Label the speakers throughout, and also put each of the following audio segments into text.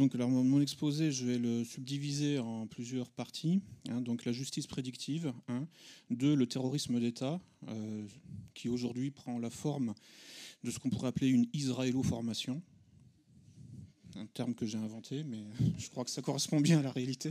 Speaker 1: Alors, mon exposé, je vais le subdiviser en plusieurs parties. Donc la justice prédictive, 2, le terrorisme d'État, qui aujourd'hui prend la forme de ce qu'on pourrait appeler une israélo-formation, un terme que j'ai inventé, mais je crois que ça correspond bien à la réalité.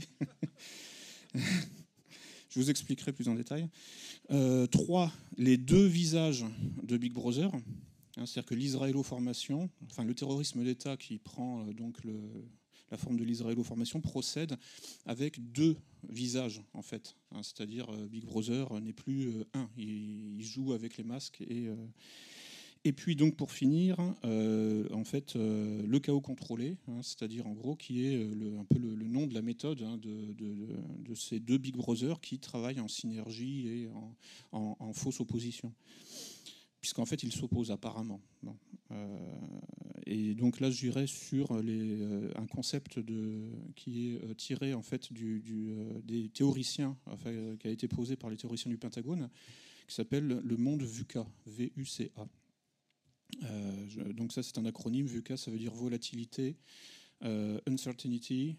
Speaker 1: Je vous expliquerai plus en détail. 3, les 2 visages de Big Brother. C'est-à-dire que l'israélo-formation, enfin le terrorisme d'État qui prend la forme de l'israélo-formation, procède avec 2 visages, en fait. C'est-à-dire Big Brother n'est plus un, il joue avec les masques. Et puis donc pour finir, en fait, le chaos contrôlé, c'est-à-dire en gros qui est un peu le nom de la méthode de ces 2 Big Brother qui travaillent en synergie et en fausse opposition. Puisqu'en fait, ils s'opposent apparemment. Bon. Et donc là, j'irai sur un concept qui est tiré en fait des théoriciens, enfin, qui a été posé par les théoriciens du Pentagone, qui s'appelle le monde VUCA, VUCA. Donc ça, c'est un acronyme. VUCA, ça veut dire volatilité, uncertainty,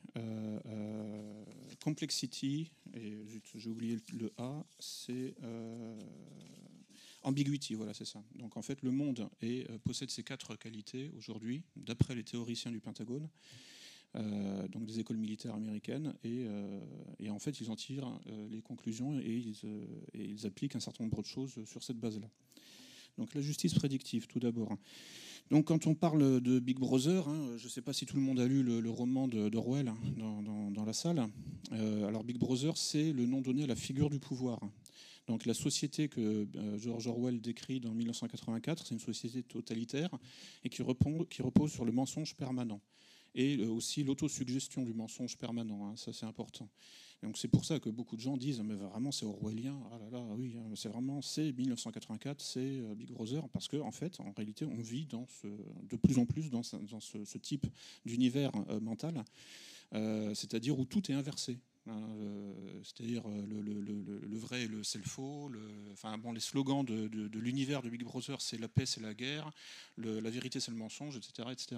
Speaker 1: complexity, et j'ai oublié le A, c'est ambiguity, voilà, c'est ça. Donc en fait, le monde possède ces 4 qualités aujourd'hui, d'après les théoriciens du Pentagone, donc des écoles militaires américaines, et en fait, ils en tirent les conclusions et ils appliquent un certain nombre de choses sur cette base-là. Donc la justice prédictive, tout d'abord. Donc quand on parle de Big Brother, je ne sais pas si tout le monde a lu le roman d'Orwell dans la salle. Alors Big Brother, c'est le nom donné à la figure du pouvoir. Donc la société que George Orwell décrit dans 1984, c'est une société totalitaire et qui repose sur le mensonge permanent. Et aussi l'autosuggestion du mensonge permanent, ça c'est important. Donc c'est pour ça que beaucoup de gens disent mais vraiment c'est orwellien, ah là là, oui, c'est 1984, c'est Big Brother, parce qu'en fait, en réalité, on vit de plus en plus dans ce type d'univers mental, c'est-à-dire où tout est inversé. C'est-à-dire le vrai, c'est le faux. Les slogans de l'univers de Big Brother, c'est la paix, c'est la guerre, la vérité, c'est le mensonge, etc., etc.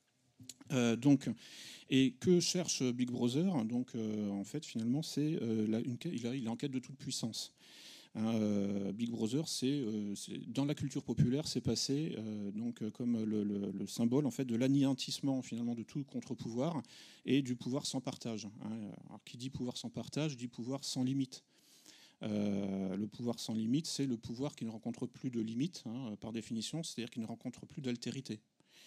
Speaker 1: Et que cherche Big Brother? En fait, finalement, il est en quête de toute puissance. Big Brother, dans la culture populaire, c'est passé comme le symbole en fait de l'anéantissement finalement de tout contre-pouvoir et du pouvoir sans partage. Alors, qui dit pouvoir sans partage dit pouvoir sans limite. Le pouvoir sans limite, c'est le pouvoir qui ne rencontre plus de limite, par définition, c'est-à-dire qui ne rencontre plus d'altérité.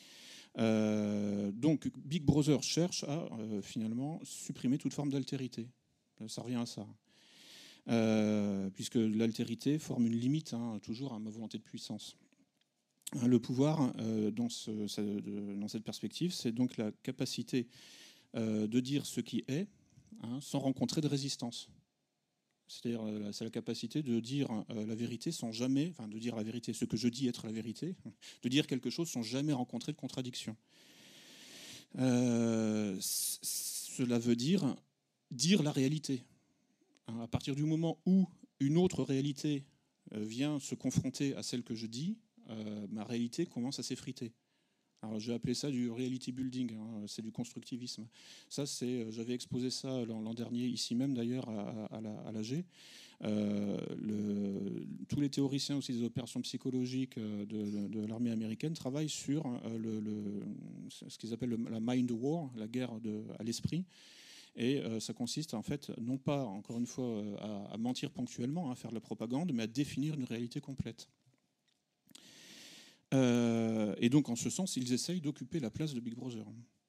Speaker 1: Donc Big Brother cherche à finalement supprimer toute forme d'altérité. Ça revient à ça. Puisque l'altérité forme une limite, toujours à ma volonté de puissance. Le pouvoir, dans cette perspective, c'est donc la capacité de dire ce qui est, sans rencontrer de résistance. C'est-à-dire, c'est la capacité de dire la vérité sans jamais, enfin de dire la vérité, ce que je dis être la vérité, de dire quelque chose sans jamais rencontrer de contradiction. Cela veut dire la réalité. À partir du moment où une autre réalité vient se confronter à celle que je dis, ma réalité commence à s'effriter. Alors, j'ai appelé ça du reality building, c'est du constructivisme. Ça, j'avais exposé ça l'an dernier, ici même d'ailleurs, à l'AG. Tous les théoriciens aussi des opérations psychologiques de l'armée américaine travaillent sur ce qu'ils appellent la mind war, la guerre à l'esprit. Et ça consiste en fait, non pas, encore une fois, à mentir ponctuellement, à faire de la propagande, mais à définir une réalité complète. Et donc, en ce sens, ils essayent d'occuper la place de Big Brother.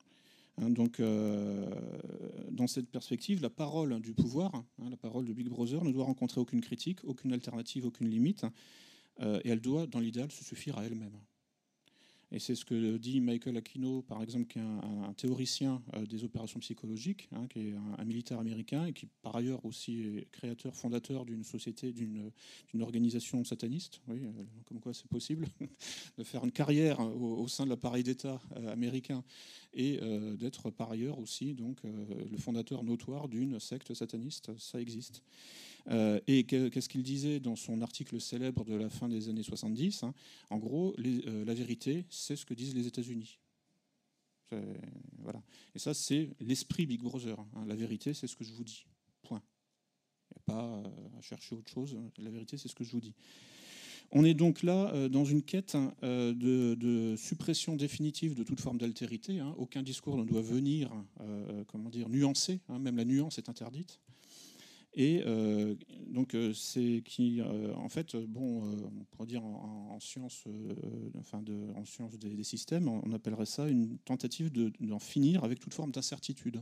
Speaker 1: Dans cette perspective, la parole du pouvoir, la parole de Big Brother, ne doit rencontrer aucune critique, aucune alternative, aucune limite, et elle doit, dans l'idéal, se suffire à elle-même. Et c'est ce que dit Michael Aquino, par exemple, qui est un théoricien des opérations psychologiques, qui est un militaire américain et qui, par ailleurs, aussi est créateur, fondateur d'une société, d'une organisation sataniste. Oui, comme quoi c'est possible de faire une carrière au sein de l'appareil d'État américain et d'être, par ailleurs, aussi le fondateur notoire d'une secte sataniste. Ça existe. Et qu'est-ce qu'il disait dans son article célèbre de la fin des années 70 En gros, la vérité, c'est ce que disent les États-Unis. Voilà. Et ça, c'est l'esprit Big Brother. Hein. La vérité, c'est ce que je vous dis. Point. Il n'y a pas à chercher autre chose. La vérité, c'est ce que je vous dis. On est donc là dans une quête de suppression définitive de toute forme d'altérité. Hein. Aucun discours ne doit venir nuancer. Hein. Même la nuance est interdite. Et donc c'est qui, en fait, on pourrait dire en sciences, en sciences des systèmes, on appellerait ça une tentative d'en finir avec toute forme d'incertitude.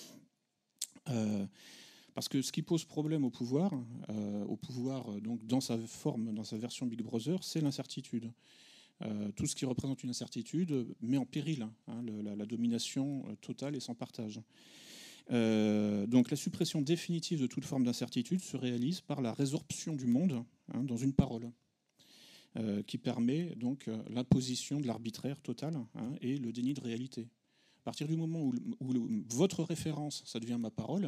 Speaker 1: Parce que ce qui pose problème au pouvoir donc dans sa forme, dans sa version Big Brother, c'est l'incertitude. Tout ce qui représente une incertitude met en péril la domination totale et sans partage. Donc la suppression définitive de toute forme d'incertitude se réalise par la résorption du monde dans une parole, qui permet donc l'imposition de l'arbitraire total et le déni de réalité. À partir du moment où votre référence, ça devient ma parole,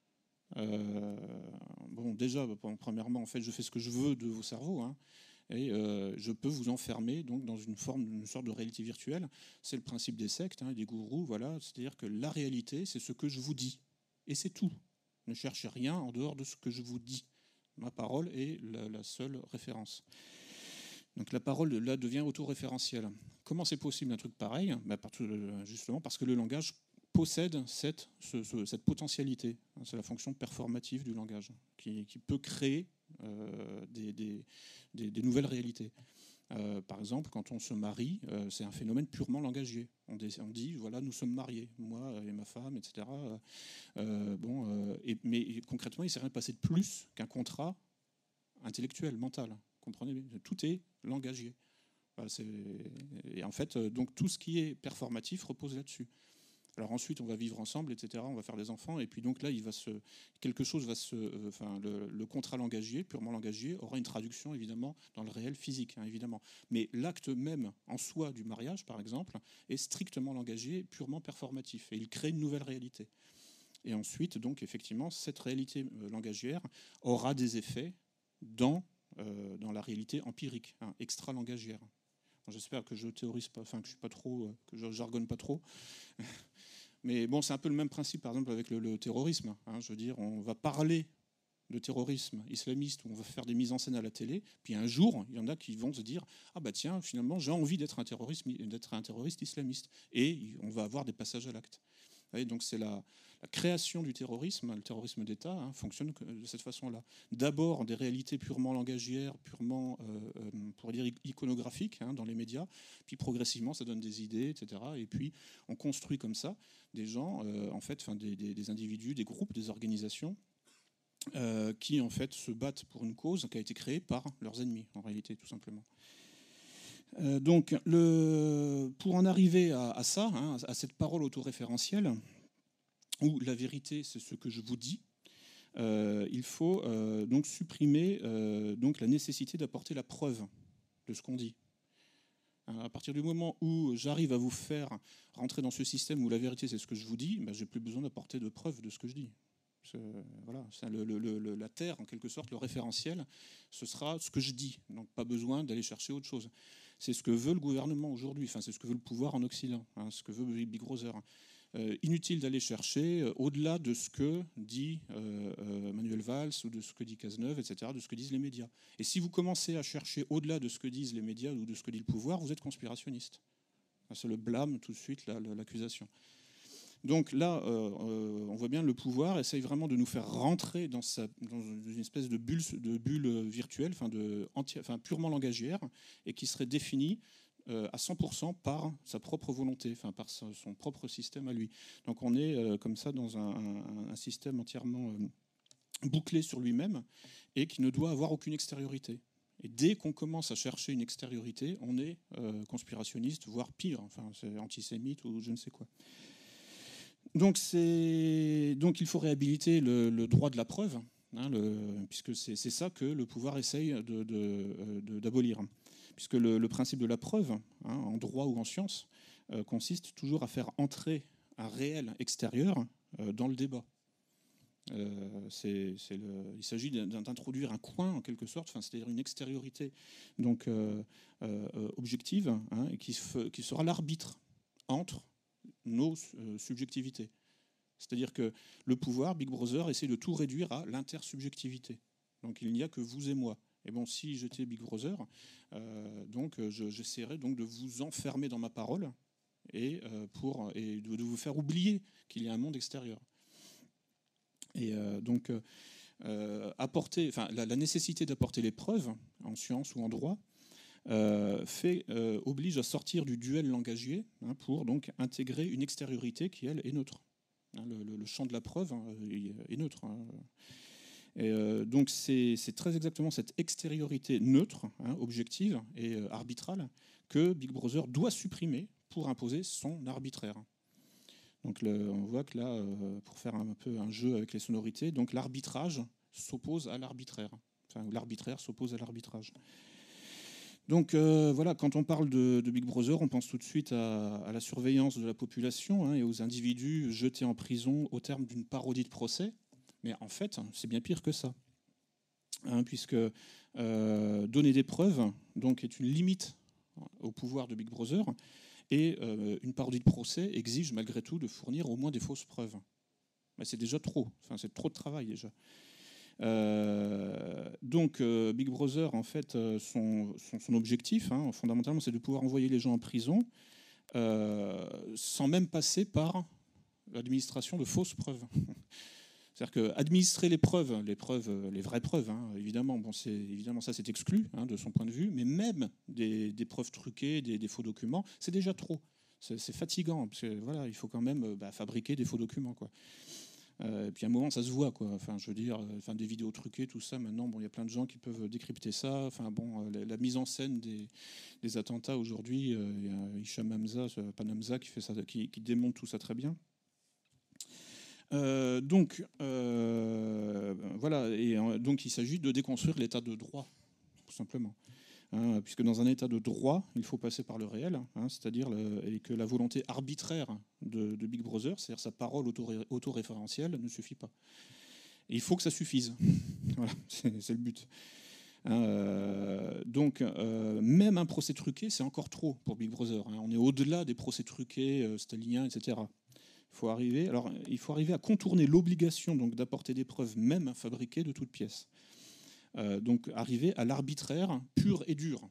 Speaker 1: déjà, premièrement, en fait, je fais ce que je veux de vos cerveaux, et je peux vous enfermer donc dans une sorte de réalité virtuelle. C'est le principe des sectes, des gourous, voilà. C'est-à-dire que la réalité, c'est ce que je vous dis, et c'est tout. Ne cherchez rien en dehors de ce que je vous dis. Ma parole est la seule référence. Donc la parole là devient autoréférentielle. Comment c'est possible un truc pareil ? Justement parce que le langage possède cette potentialité. C'est la fonction performative du langage qui peut créer des nouvelles réalités. Par exemple, quand on se marie, c'est un phénomène purement langagier. On dit, voilà, nous sommes mariés, moi et ma femme, etc. Mais concrètement, il ne s'est rien passé de plus qu'un contrat intellectuel, mental. Comprenez bien, tout est langagier. Voilà, et en fait, donc tout ce qui est performatif repose là-dessus. Alors ensuite, on va vivre ensemble, etc. On va faire des enfants, et puis donc là, le contrat langagier, purement langagier, aura une traduction évidemment dans le réel physique, évidemment. Mais l'acte même en soi du mariage, par exemple, est strictement langagier, purement performatif, et il crée une nouvelle réalité. Et ensuite, donc effectivement, cette réalité langagière aura des effets dans la réalité empirique, extra-langagière. J'espère que je théorise pas, que je suis pas trop, que je jargonne pas trop. Mais bon, c'est un peu le même principe, par exemple, avec le terrorisme. Je veux dire, on va parler de terrorisme islamiste, où on va faire des mises en scène à la télé, puis un jour, il y en a qui vont se dire « Ah bah tiens, finalement, j'ai envie d'être un terroriste islamiste. » Et on va avoir des passages à l'acte. Donc c'est la création du terrorisme, le terrorisme d'État, fonctionne de cette façon-là. D'abord des réalités purement langagières, purement, pour dire, iconographiques dans les médias, puis progressivement ça donne des idées, etc. Et puis on construit comme ça des gens, des individus, des groupes, des organisations, qui en fait se battent pour une cause qui a été créée par leurs ennemis, en réalité, tout simplement. Donc, pour en arriver à ça, à cette parole autoréférentielle, où la vérité, c'est ce que je vous dis, il faut donc supprimer donc la nécessité d'apporter la preuve de ce qu'on dit. À partir du moment où j'arrive à vous faire rentrer dans ce système où la vérité, c'est ce que je vous dis, je n'ai plus besoin d'apporter de preuve de ce que je dis. Voilà, la terre, en quelque sorte, le référentiel, ce sera ce que je dis. Donc pas besoin d'aller chercher autre chose. C'est ce que veut le gouvernement aujourd'hui, c'est ce que veut le pouvoir en Occident, ce que veut Big Brother. Inutile d'aller chercher au-delà de ce que dit Manuel Valls ou de ce que dit Cazeneuve, etc., de ce que disent les médias. Et si vous commencez à chercher au-delà de ce que disent les médias ou de ce que dit le pouvoir, vous êtes conspirationniste. C'est le blâme tout de suite, l'accusation. Donc là, on voit bien le pouvoir essaye vraiment de nous faire rentrer dans une espèce de bulle virtuelle, purement langagière, et qui serait définie à 100% par sa propre volonté, par son propre système à lui. Donc on est comme ça dans un système entièrement bouclé sur lui-même et qui ne doit avoir aucune extériorité. Et dès qu'on commence à chercher une extériorité, on est conspirationniste, voire pire, c'est antisémite ou je ne sais quoi. Donc il faut réhabiliter le droit de la preuve, puisque c'est ça que le pouvoir essaye d'abolir. Puisque le principe de la preuve, en droit ou en science, consiste toujours à faire entrer un réel extérieur dans le débat. Il s'agit d'introduire un coin, en quelque sorte, c'est-à-dire une extériorité donc, objective, et qui sera l'arbitre entre nos subjectivités. C'est-à-dire que le pouvoir, Big Brother, essaie de tout réduire à l'intersubjectivité. Donc il n'y a que vous et moi. Et bon, si j'étais Big Brother, j'essaierais donc de vous enfermer dans ma parole et de vous faire oublier qu'il y a un monde extérieur. Et la nécessité d'apporter les preuves en science ou en droit oblige à sortir du duel langagier pour donc intégrer une extériorité qui, elle, est neutre. Le champ de la preuve est neutre. Donc c'est très exactement cette extériorité neutre, objective et arbitrale que Big Brother doit supprimer pour imposer son arbitraire. Donc on voit que là, pour faire un peu un jeu avec les sonorités, donc l'arbitrage s'oppose à l'arbitraire. Enfin, l'arbitraire s'oppose à l'arbitrage. Donc voilà, quand on parle de Big Brother, on pense tout de suite à la surveillance de la population et aux individus jetés en prison au terme d'une parodie de procès. Mais en fait, c'est bien pire que ça. Puisque donner des preuves donc, est une limite au pouvoir de Big Brother. Et une parodie de procès exige malgré tout de fournir au moins des fausses preuves. Mais c'est déjà trop. Enfin, c'est trop de travail déjà. Big Brother, en fait, son objectif, fondamentalement, c'est de pouvoir envoyer les gens en prison sans même passer par l'administration de fausses preuves. C'est-à-dire qu'administrer les vraies preuves, évidemment, ça c'est exclu de son point de vue, mais même des preuves truquées, des faux documents, c'est déjà trop. C'est fatigant, parce que voilà, il faut quand même fabriquer des faux documents, quoi. Et puis à un moment, ça se voit, quoi. Enfin, je veux dire, des vidéos truquées, tout ça. Maintenant, il y a plein de gens qui peuvent décrypter ça. Enfin, la mise en scène des attentats aujourd'hui, il y a Hicham Hamza, Panamza, qui fait ça, qui démontre tout ça très bien. Donc il s'agit de déconstruire l'état de droit, tout simplement. Puisque dans un état de droit, il faut passer par le réel, c'est-à-dire et que la volonté arbitraire de Big Brother, c'est-à-dire sa parole autoréférentielle, ne suffit pas. Et il faut que ça suffise. Voilà, c'est le but. Même un procès truqué, c'est encore trop pour Big Brother. On est au-delà des procès truqués, staliniens, etc. Il faut arriver à contourner l'obligation d'apporter des preuves, même fabriquées de toutes pièces. Donc arriver à l'arbitraire pur et dur.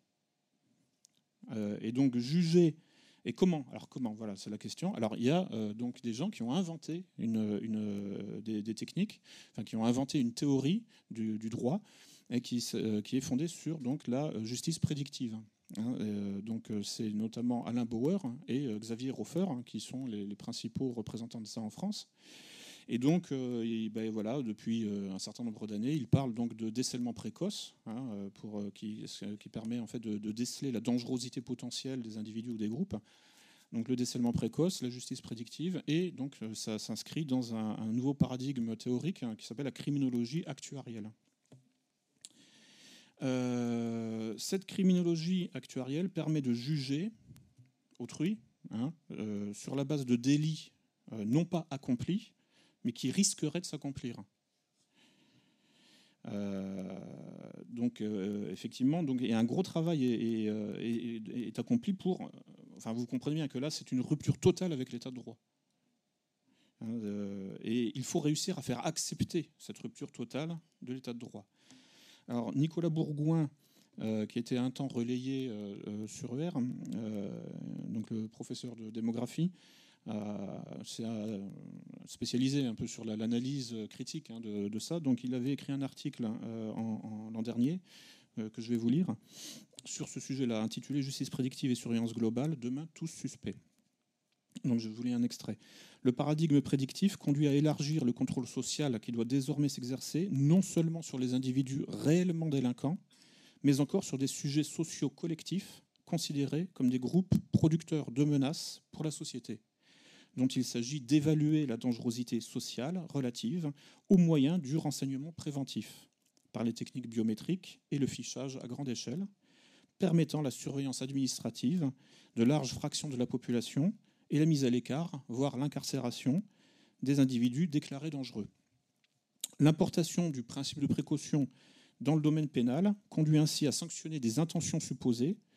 Speaker 1: Et donc juger. Et comment ? Alors comment ? Voilà, c'est la question. Alors il y a donc des gens qui ont inventé des techniques, qui ont inventé une théorie du droit et qui est fondée sur donc la justice prédictive. C'est notamment Alain Bauer et Xavier Hofer qui sont les principaux représentants de ça en France. Et donc, depuis un certain nombre d'années, ils parlent donc de décèlement précoce, qui permet en fait de déceler la dangerosité potentielle des individus ou des groupes. Donc le décèlement précoce, la justice prédictive, et donc ça s'inscrit dans un nouveau paradigme théorique qui s'appelle la criminologie actuarielle. Cette criminologie actuarielle permet de juger autrui sur la base de délits non pas accomplis, mais qui risqueraient de s'accomplir. Effectivement, et un gros travail est accompli pour... vous comprenez bien que là, c'est une rupture totale avec l'état de droit. Et il faut réussir à faire accepter cette rupture totale de l'état de droit. Alors, Nicolas Bourgoin, qui était un temps relayé sur ER, donc le professeur de démographie, s'est spécialisé un peu sur l'analyse critique de ça. Donc, il avait écrit un article l'an dernier, que je vais vous lire, sur ce sujet-là, intitulé « Justice prédictive et surveillance globale, demain tous suspects ». Donc, je vous lis un extrait. Le paradigme prédictif conduit à élargir le contrôle social qui doit désormais s'exercer non seulement sur les individus réellement délinquants, mais encore sur des sujets sociaux collectifs considérés comme des groupes producteurs de menaces pour la société, dont il s'agit d'évaluer la dangerosité sociale relative au moyen du renseignement préventif, par les techniques biométriques et le fichage à grande échelle, permettant la surveillance administrative de larges fractions de la population et la mise à l'écart, voire l'incarcération, des individus déclarés dangereux. L'importation du principe de précaution dans le domaine pénal conduit ainsi à sanctionner des intentions supposées,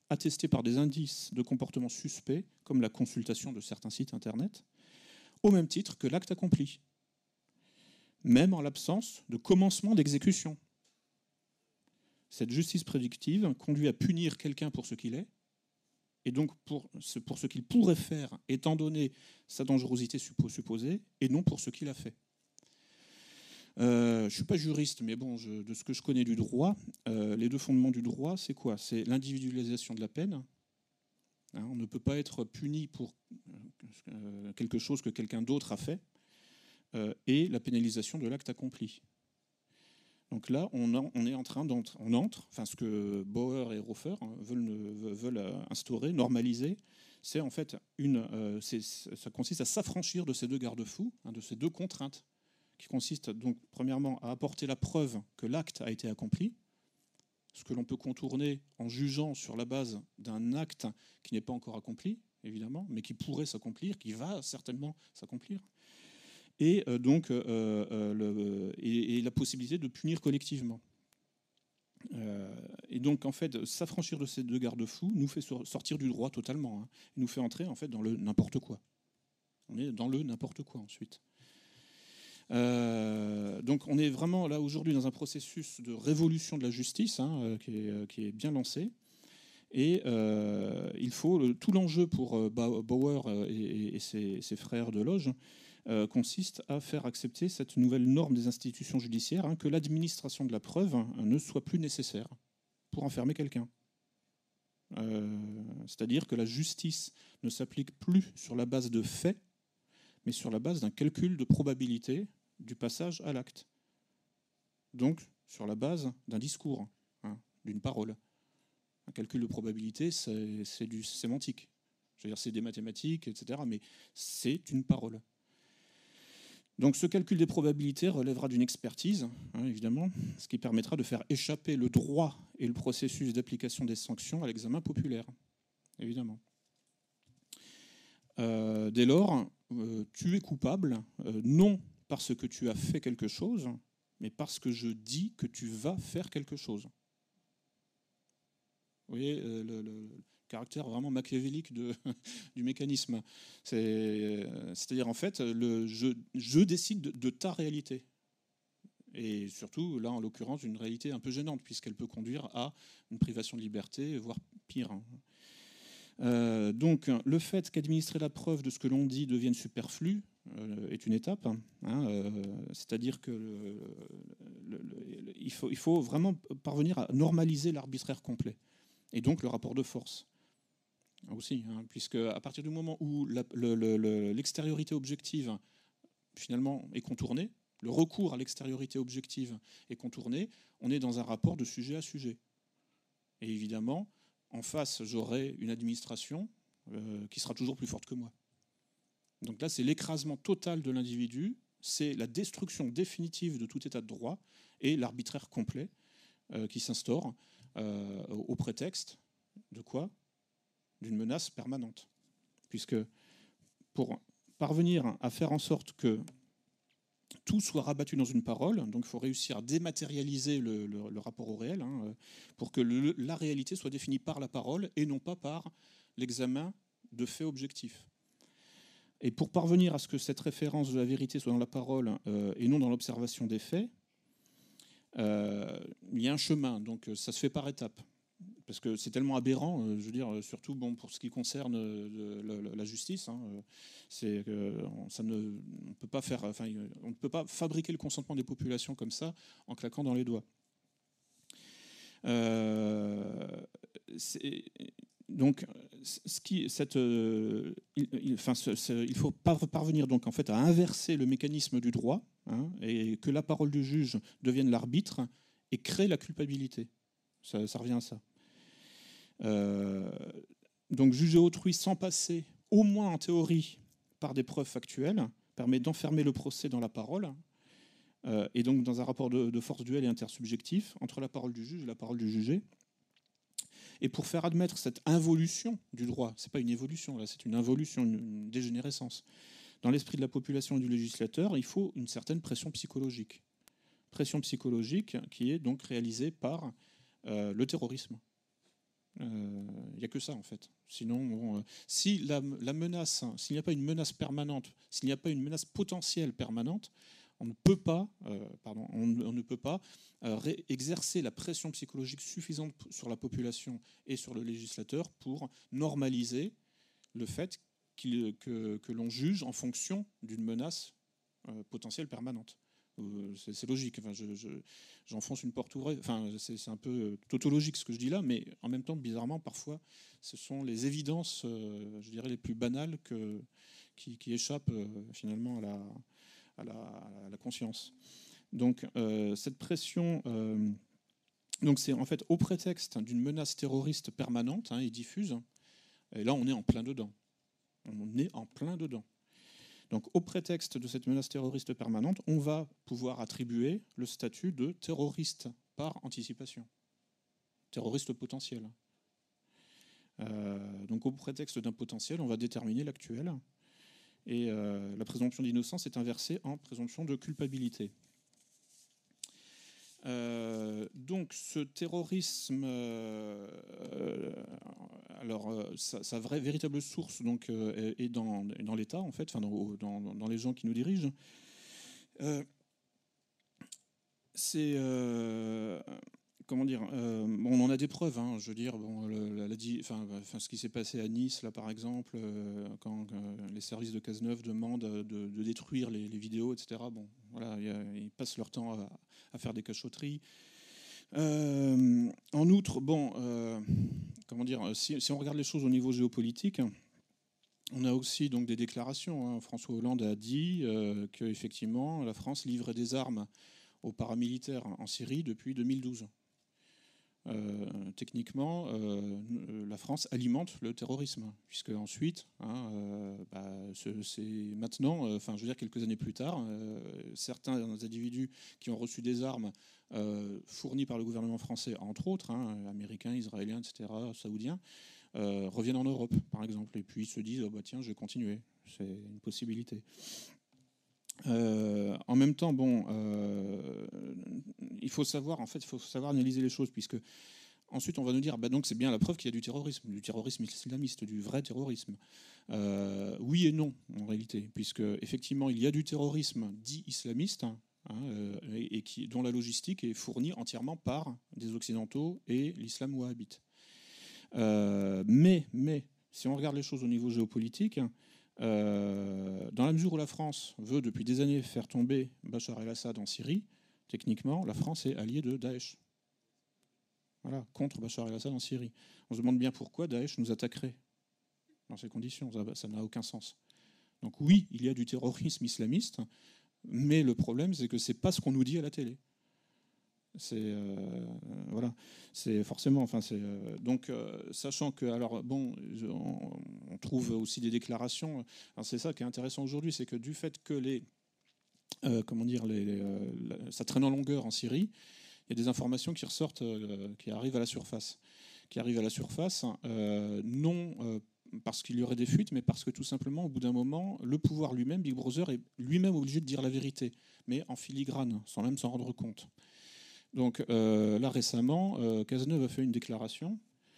Speaker 1: attestée par des indices de comportement suspect, comme la consultation de certains sites Internet, au même titre que l'acte accompli, même en l'absence de commencement d'exécution. Cette justice prédictive conduit à punir quelqu'un pour ce qu'il est, et donc pour ce qu'il pourrait faire, étant donné sa dangerosité supposée, et non pour ce qu'il a fait. Je ne suis pas juriste, mais bon, de ce que je connais du droit, les deux fondements du droit, c'est quoi? C'est l'individualisation de la peine. Hein, on ne peut pas être puni pour quelque chose que quelqu'un d'autre a fait, et la pénalisation de l'acte accompli. Donc là, on est en train enfin ce que Bauer et Rofer veulent instaurer, normaliser, c'est en fait ça consiste à s'affranchir de ces deux garde-fous, hein, de ces deux contraintes, qui consistent donc premièrement à apporter la preuve que l'acte a été accompli, ce que l'on peut contourner en jugeant sur la base d'un acte qui n'est pas encore accompli, évidemment, mais qui pourrait s'accomplir, qui va certainement s'accomplir. Et donc la possibilité de punir collectivement. Et donc en fait, s'affranchir de ces deux garde-fous nous fait sortir du droit totalement, hein. Il nous fait entrer en fait dans le n'importe quoi. On est dans le n'importe quoi ensuite. Donc on est vraiment là aujourd'hui dans un processus de révolution de la justice, hein, qui est bien lancé. Et il faut tout l'enjeu pour Bauer et ses frères de loge consiste à faire accepter cette nouvelle norme des institutions judiciaires, hein, que l'administration de la preuve ne soit plus nécessaire pour enfermer quelqu'un. C'est-à-dire que la justice ne s'applique plus sur la base de faits, mais sur la base d'un calcul de probabilité du passage à l'acte. Donc sur la base d'un discours, hein, d'une parole. Un calcul de probabilité, c'est du sémantique. Je veux dire, c'est des mathématiques, etc., mais c'est une parole. Donc ce calcul des probabilités relèvera d'une expertise, hein, évidemment, ce qui permettra de faire échapper le droit et le processus d'application des sanctions à l'examen populaire, évidemment. Dès lors, tu es coupable, non parce que tu as fait quelque chose, mais parce que je dis que tu vas faire quelque chose. Vous voyez le caractère vraiment machiavélique du mécanisme. C'est-à-dire, en fait, je décide de ta réalité. Et surtout, là, en l'occurrence, une réalité un peu gênante, puisqu'elle peut conduire à une privation de liberté, voire pire. Donc, le fait qu'administrer la preuve de ce que l'on dit devienne superflu est une étape. C'est-à-dire qu'il faut vraiment parvenir à normaliser l'arbitraire complet. Et donc le rapport de force aussi, hein, puisque à partir du moment où l'extériorité objective finalement est contournée, le recours à l'extériorité objective est contourné, on est dans un rapport de sujet à sujet. Et évidemment, en face, j'aurai une administration qui sera toujours plus forte que moi. Donc là, c'est l'écrasement total de l'individu, c'est la destruction définitive de tout état de droit et l'arbitraire complet qui s'instaure au prétexte de quoi? D'une menace permanente. Puisque pour parvenir à faire en sorte que tout soit rabattu dans une parole, donc il faut réussir à dématérialiser le rapport au réel, hein, pour que la réalité soit définie par la parole et non pas par l'examen de faits objectifs. Et pour parvenir à ce que cette référence de la vérité soit dans la parole et non dans l'observation des faits, il y a un chemin, donc ça se fait par étapes. Parce que c'est tellement aberrant, je veux dire, surtout bon, pour ce qui concerne la justice, hein, c'est on ne peut pas faire, enfin, on ne peut pas fabriquer le consentement des populations comme ça en claquant dans les doigts. Donc, il faut parvenir donc en fait à inverser le mécanisme du droit, hein, et que la parole du juge devienne l'arbitre et crée la culpabilité. Ça revient à ça. Donc juger autrui sans passer, au moins en théorie, par des preuves factuelles, permet d'enfermer le procès dans la parole, et donc dans un rapport de force duel et intersubjectif entre la parole du juge et la parole du jugé. Et pour faire admettre cette involution du droit, ce n'est pas une évolution, là, c'est une involution, une dégénérescence, dans l'esprit de la population et du législateur, il faut une certaine pression psychologique. Pression psychologique qui est donc réalisée par le terrorisme. Il n'y a que ça, en fait. Sinon, bon, si la menace, s'il n'y a pas une menace permanente, s'il n'y a pas une menace potentielle permanente, on ne peut pas, on ne peut pas exercer la pression psychologique suffisante sur la population et sur le législateur pour normaliser le fait que l'on juge en fonction d'une menace potentielle permanente. C'est logique. Enfin, j'enfonce une porte ouverte. Enfin, c'est un peu tautologique ce que je dis là, mais en même temps, bizarrement, parfois, ce sont les évidences, je dirais, les plus banales qui échappent finalement à la conscience. Donc, cette pression, donc c'est en fait au prétexte d'une menace terroriste permanente et diffuse. Et là, on est en plein dedans. On est en plein dedans. Donc, au prétexte de cette menace terroriste permanente, on va pouvoir attribuer le statut de terroriste par anticipation, terroriste potentiel. Donc, au prétexte d'un potentiel, on va déterminer l'actuel. Et la présomption d'innocence est inversée en présomption de culpabilité. Donc, ce terrorisme, sa véritable source donc, est dans l'État, en fait, enfin, dans les gens qui nous dirigent. C'est comment dire, on en a des preuves. Je veux dire, bon, ce qui s'est passé à Nice, là, par exemple, quand les services de Cazeneuve demandent de détruire les vidéos, etc. Bon, voilà, ils passent leur temps à faire des cachotteries. En outre, bon, comment dire, si on regarde les choses au niveau géopolitique, on a aussi donc des déclarations. François Hollande a dit qu'effectivement, la France livrait des armes aux paramilitaires en Syrie depuis 2012. Techniquement, la France alimente le terrorisme, puisque ensuite, c'est maintenant, je veux dire quelques années plus tard, certains individus qui ont reçu des armes fournies par le gouvernement français, entre autres, américains, israéliens, etc., saoudiens, reviennent en Europe, par exemple, et puis se disent tiens, je vais continuer, c'est une possibilité. En même temps, bon, il faut savoir analyser les choses, puisque ensuite on va nous dire, donc c'est bien la preuve qu'il y a du terrorisme islamiste, du vrai terrorisme. Oui et non, en réalité, puisque effectivement il y a du terrorisme dit islamiste, et dont la logistique est fournie entièrement par des occidentaux et l'islam wahhabite. Mais si on regarde les choses au niveau géopolitique, dans la mesure où la France veut depuis des années faire tomber Bachar el-Assad en Syrie, techniquement, la France est alliée de Daesh. Voilà, contre Bachar el-Assad en Syrie. On se demande bien pourquoi Daesh nous attaquerait dans ces conditions. Ça n'a aucun sens. Donc oui, il y a du terrorisme islamiste, mais le problème, c'est que c'est pas ce qu'on nous dit à la télé. C'est voilà, c'est forcément, donc sachant que on trouve aussi des déclarations. Alors c'est ça qui est intéressant aujourd'hui, c'est que du fait que ça traîne en longueur en Syrie, il y a des informations qui ressortent, qui arrivent à la surface, non parce qu'il y aurait des fuites, mais parce que tout simplement, au bout d'un moment, le pouvoir lui-même, Big Brother, est lui-même obligé de dire la vérité, mais en filigrane, sans même s'en rendre compte. Donc là récemment, Cazeneuve a fait une déclaration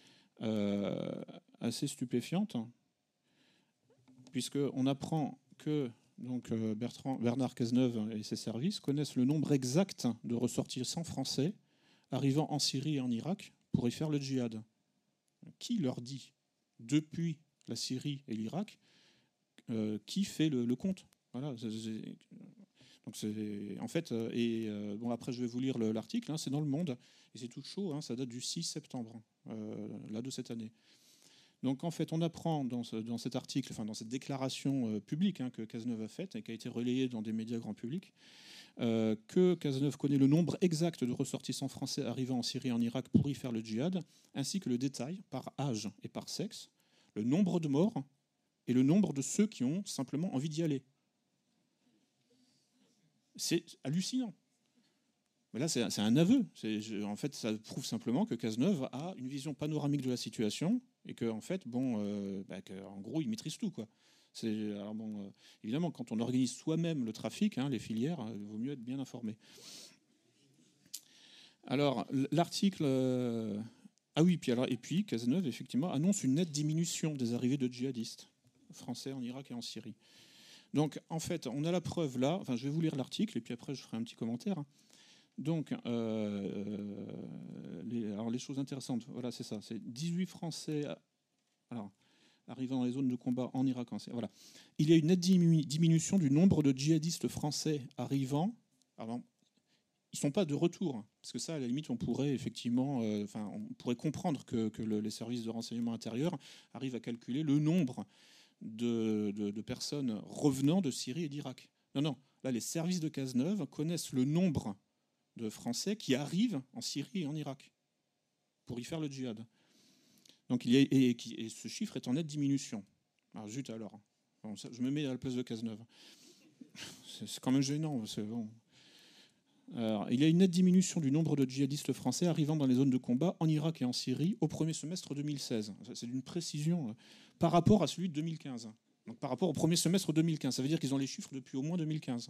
Speaker 1: assez stupéfiante, puisqu'on apprend que Bernard Cazeneuve et ses services connaissent le nombre exact de ressortissants français arrivant en Syrie et en Irak pour y faire le djihad. Qui leur dit, depuis la Syrie et l'Irak, qui fait le compte? Voilà. Donc en fait, après je vais vous lire l'article, c'est dans Le Monde, et c'est tout chaud, ça date du 6 septembre, là de cette année. Donc en fait, on apprend dans cet article, dans cette déclaration publique que Cazeneuve a faite et qui a été relayée dans des médias grand public, que Cazeneuve connaît le nombre exact de ressortissants français arrivant en Syrie et en Irak pour y faire le djihad, ainsi que le détail par âge et par sexe, le nombre de morts et le nombre de ceux qui ont simplement envie d'y aller. C'est hallucinant. Mais là, c'est un aveu. En fait, ça prouve simplement que Cazeneuve a une vision panoramique de la situation et que, en fait, en gros, il maîtrise tout, quoi. Évidemment, quand on organise soi-même le trafic, les filières, il vaut mieux être bien informé. Alors, l'article Ah oui, et puis Cazeneuve, effectivement, annonce une nette diminution des arrivées de djihadistes français en Irak et en Syrie. Donc, en fait, on a la preuve là. Enfin, je vais vous lire l'article et puis après, je ferai un petit commentaire. Donc, alors les choses intéressantes, voilà, c'est ça. C'est 18 Français alors, arrivant dans les zones de combat en Irak. Voilà. Il y a une nette diminution du nombre de djihadistes français arrivant. Alors, ils ne sont pas de retour, parce que ça, à la limite, on pourrait effectivement, on pourrait comprendre que les services de renseignement intérieur arrivent à calculer le nombre de personnes revenant de Syrie et d'Irak. Non, non. Là, les services de Cazeneuve connaissent le nombre de Français qui arrivent en Syrie et en Irak pour y faire le djihad. Donc, et ce chiffre est en nette diminution. Alors, zut alors. Bon, ça, je me mets à la place de Cazeneuve. C'est quand même gênant. Bon. Alors, il y a une nette diminution du nombre de djihadistes français arrivant dans les zones de combat en Irak et en Syrie au premier semestre 2016. C'est d'une précision par rapport à celui de 2015. Donc, par rapport au premier semestre 2015. Ça veut dire qu'ils ont les chiffres depuis au moins 2015.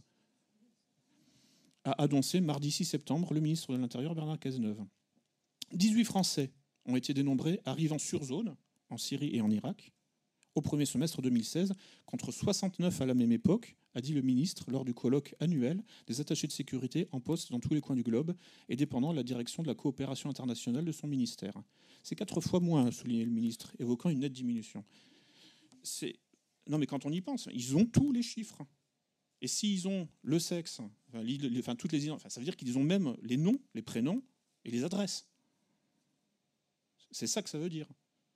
Speaker 1: A annoncé mardi 6 septembre le ministre de l'Intérieur Bernard Cazeneuve. 18 Français ont été dénombrés arrivant sur zone en Syrie et en Irak au premier semestre 2016, contre 69 à la même époque, a dit le ministre lors du colloque annuel des attachés de sécurité en poste dans tous les coins du globe et dépendant de la direction de la coopération internationale de son ministère. C'est 4 fois moins, a souligné le ministre, évoquant une nette diminution. Non mais quand on y pense, ils ont tous les chiffres. Et s'ils ont le sexe, toutes les identités, ça veut dire qu'ils ont même les noms, les prénoms et les adresses. C'est ça que ça veut dire.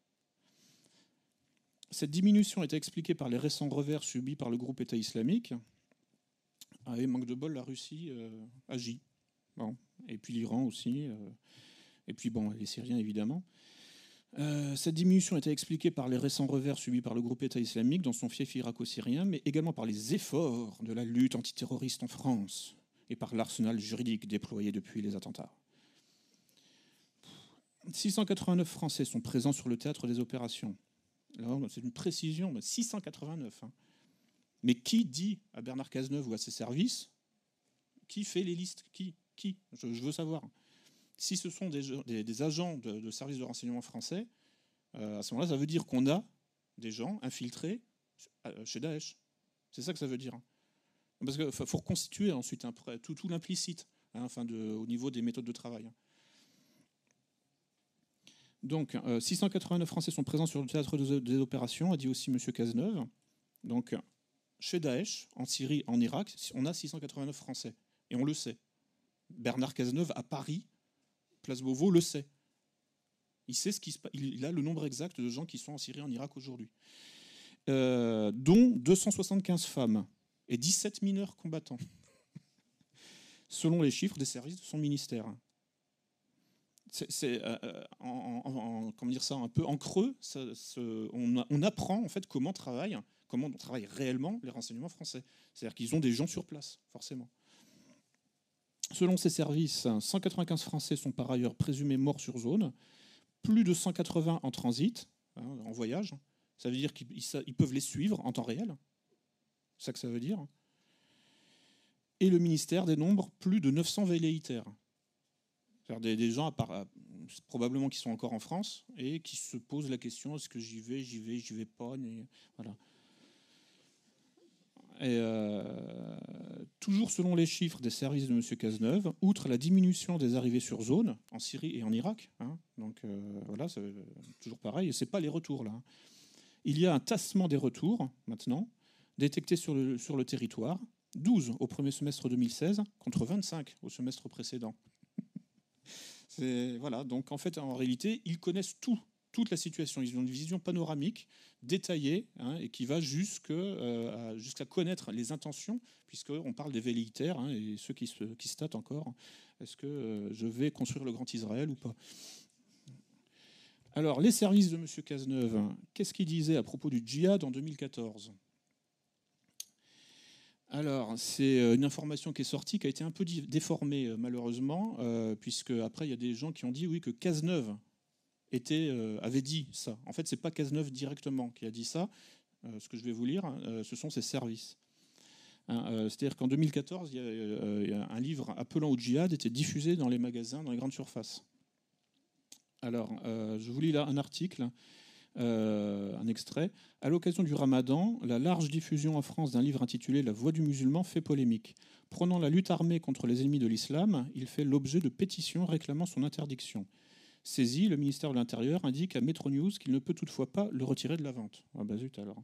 Speaker 1: Cette diminution est expliquée par les récents revers subis par le groupe État islamique. Et manque de bol, la Russie agit. Bon. Et puis l'Iran aussi. Et puis bon, les Syriens évidemment. Cette diminution était expliquée par les récents revers subis par le groupe État islamique dans son fief irako-syrien, mais également par les efforts de la lutte antiterroriste en France et par l'arsenal juridique déployé depuis les attentats. 689 Français sont présents sur le théâtre des opérations. C'est une précision, 689. Hein. Mais qui dit à Bernard Cazeneuve ou à ses services, qui fait les listes? Qui je veux savoir. Si ce sont des agents de services de renseignement français, à ce moment-là, ça veut dire qu'on a des gens infiltrés chez Daesh. C'est ça que ça veut dire. Parce qu'il faut reconstituer ensuite tout l'implicite, hein, au niveau des méthodes de travail. Donc, 689 Français sont présents sur le théâtre des opérations, a dit aussi M. Cazeneuve. Donc, chez Daesh, en Syrie, en Irak, on a 689 Français. Et on le sait. Bernard Cazeneuve, à Paris, Place Beauvau, le sait. Il sait il a le nombre exact de gens qui sont en Syrie et en Irak aujourd'hui. Dont 275 femmes et 17 mineurs combattants. Selon les chiffres des services de son ministère. C'est comment dire ça, un peu en creux, on apprend en fait comment travaillent réellement les renseignements français. C'est-à-dire qu'ils ont des gens sur place, forcément. Selon ces services, 195 Français sont par ailleurs présumés morts sur zone, plus de 180 en transit, en voyage. Ça veut dire qu'ils peuvent les suivre en temps réel. C'est ça que ça veut dire. Et le ministère dénombre plus de 900 velléitaires. C'est-à-dire des gens probablement qui sont encore en France et qui se posent la question, est-ce que j'y vais pas, voilà. Et toujours selon les chiffres des services de M. Cazeneuve, outre la diminution des arrivées sur zone en Syrie et en Irak, donc voilà, c'est toujours pareil, et c'est pas les retours là. Il y a un tassement des retours maintenant détectés sur le territoire, 12 au premier semestre 2016 contre 25 au semestre précédent. Voilà, donc en fait, en réalité, ils connaissent toute la situation. Ils ont une vision panoramique, détaillée, et qui va jusqu'à connaître les intentions, puisqu'on parle des velléitaires, et ceux qui se tâtent encore. Est-ce que je vais construire le Grand Israël ou pas? Alors, les services de M. Cazeneuve, qu'est-ce qu'ils disaient à propos du djihad en 2014 ? Alors, c'est une information qui est sortie, qui a été un peu déformée, malheureusement, puisque après, il y a des gens qui ont dit oui, que Cazeneuve avait dit ça. En fait, ce n'est pas Cazeneuve directement qui a dit ça. Ce que je vais vous lire, ce sont ses services. C'est-à-dire qu'en 2014, il y a un livre appelant au djihad était diffusé dans les magasins, dans les grandes surfaces. Alors, je vous lis là un article, un extrait. À l'occasion du Ramadan, la large diffusion en France d'un livre intitulé La Voix du musulman fait polémique. Prônant la lutte armée contre les ennemis de l'islam, il fait l'objet de pétitions réclamant son interdiction. Saisi, le ministère de l'Intérieur indique à Metro News qu'il ne peut toutefois pas le retirer de la vente. Ah bah zut alors.